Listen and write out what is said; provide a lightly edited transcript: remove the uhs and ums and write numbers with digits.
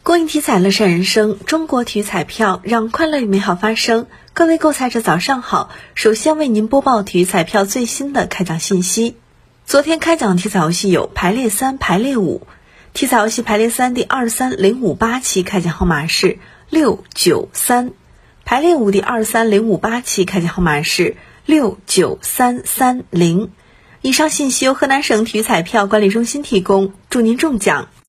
公益体彩，乐善人生。中国体育彩票，让快乐与美好发生。各位购彩者早上好，首先为您播报体育彩票最新的开奖信息。昨天开奖的体彩游戏有排列3、排列5。体彩游戏排列3第23058期开奖号码是693，排列5第23058期开奖号码是69330。以上信息由河南省体育彩票管理中心提供，祝您中奖。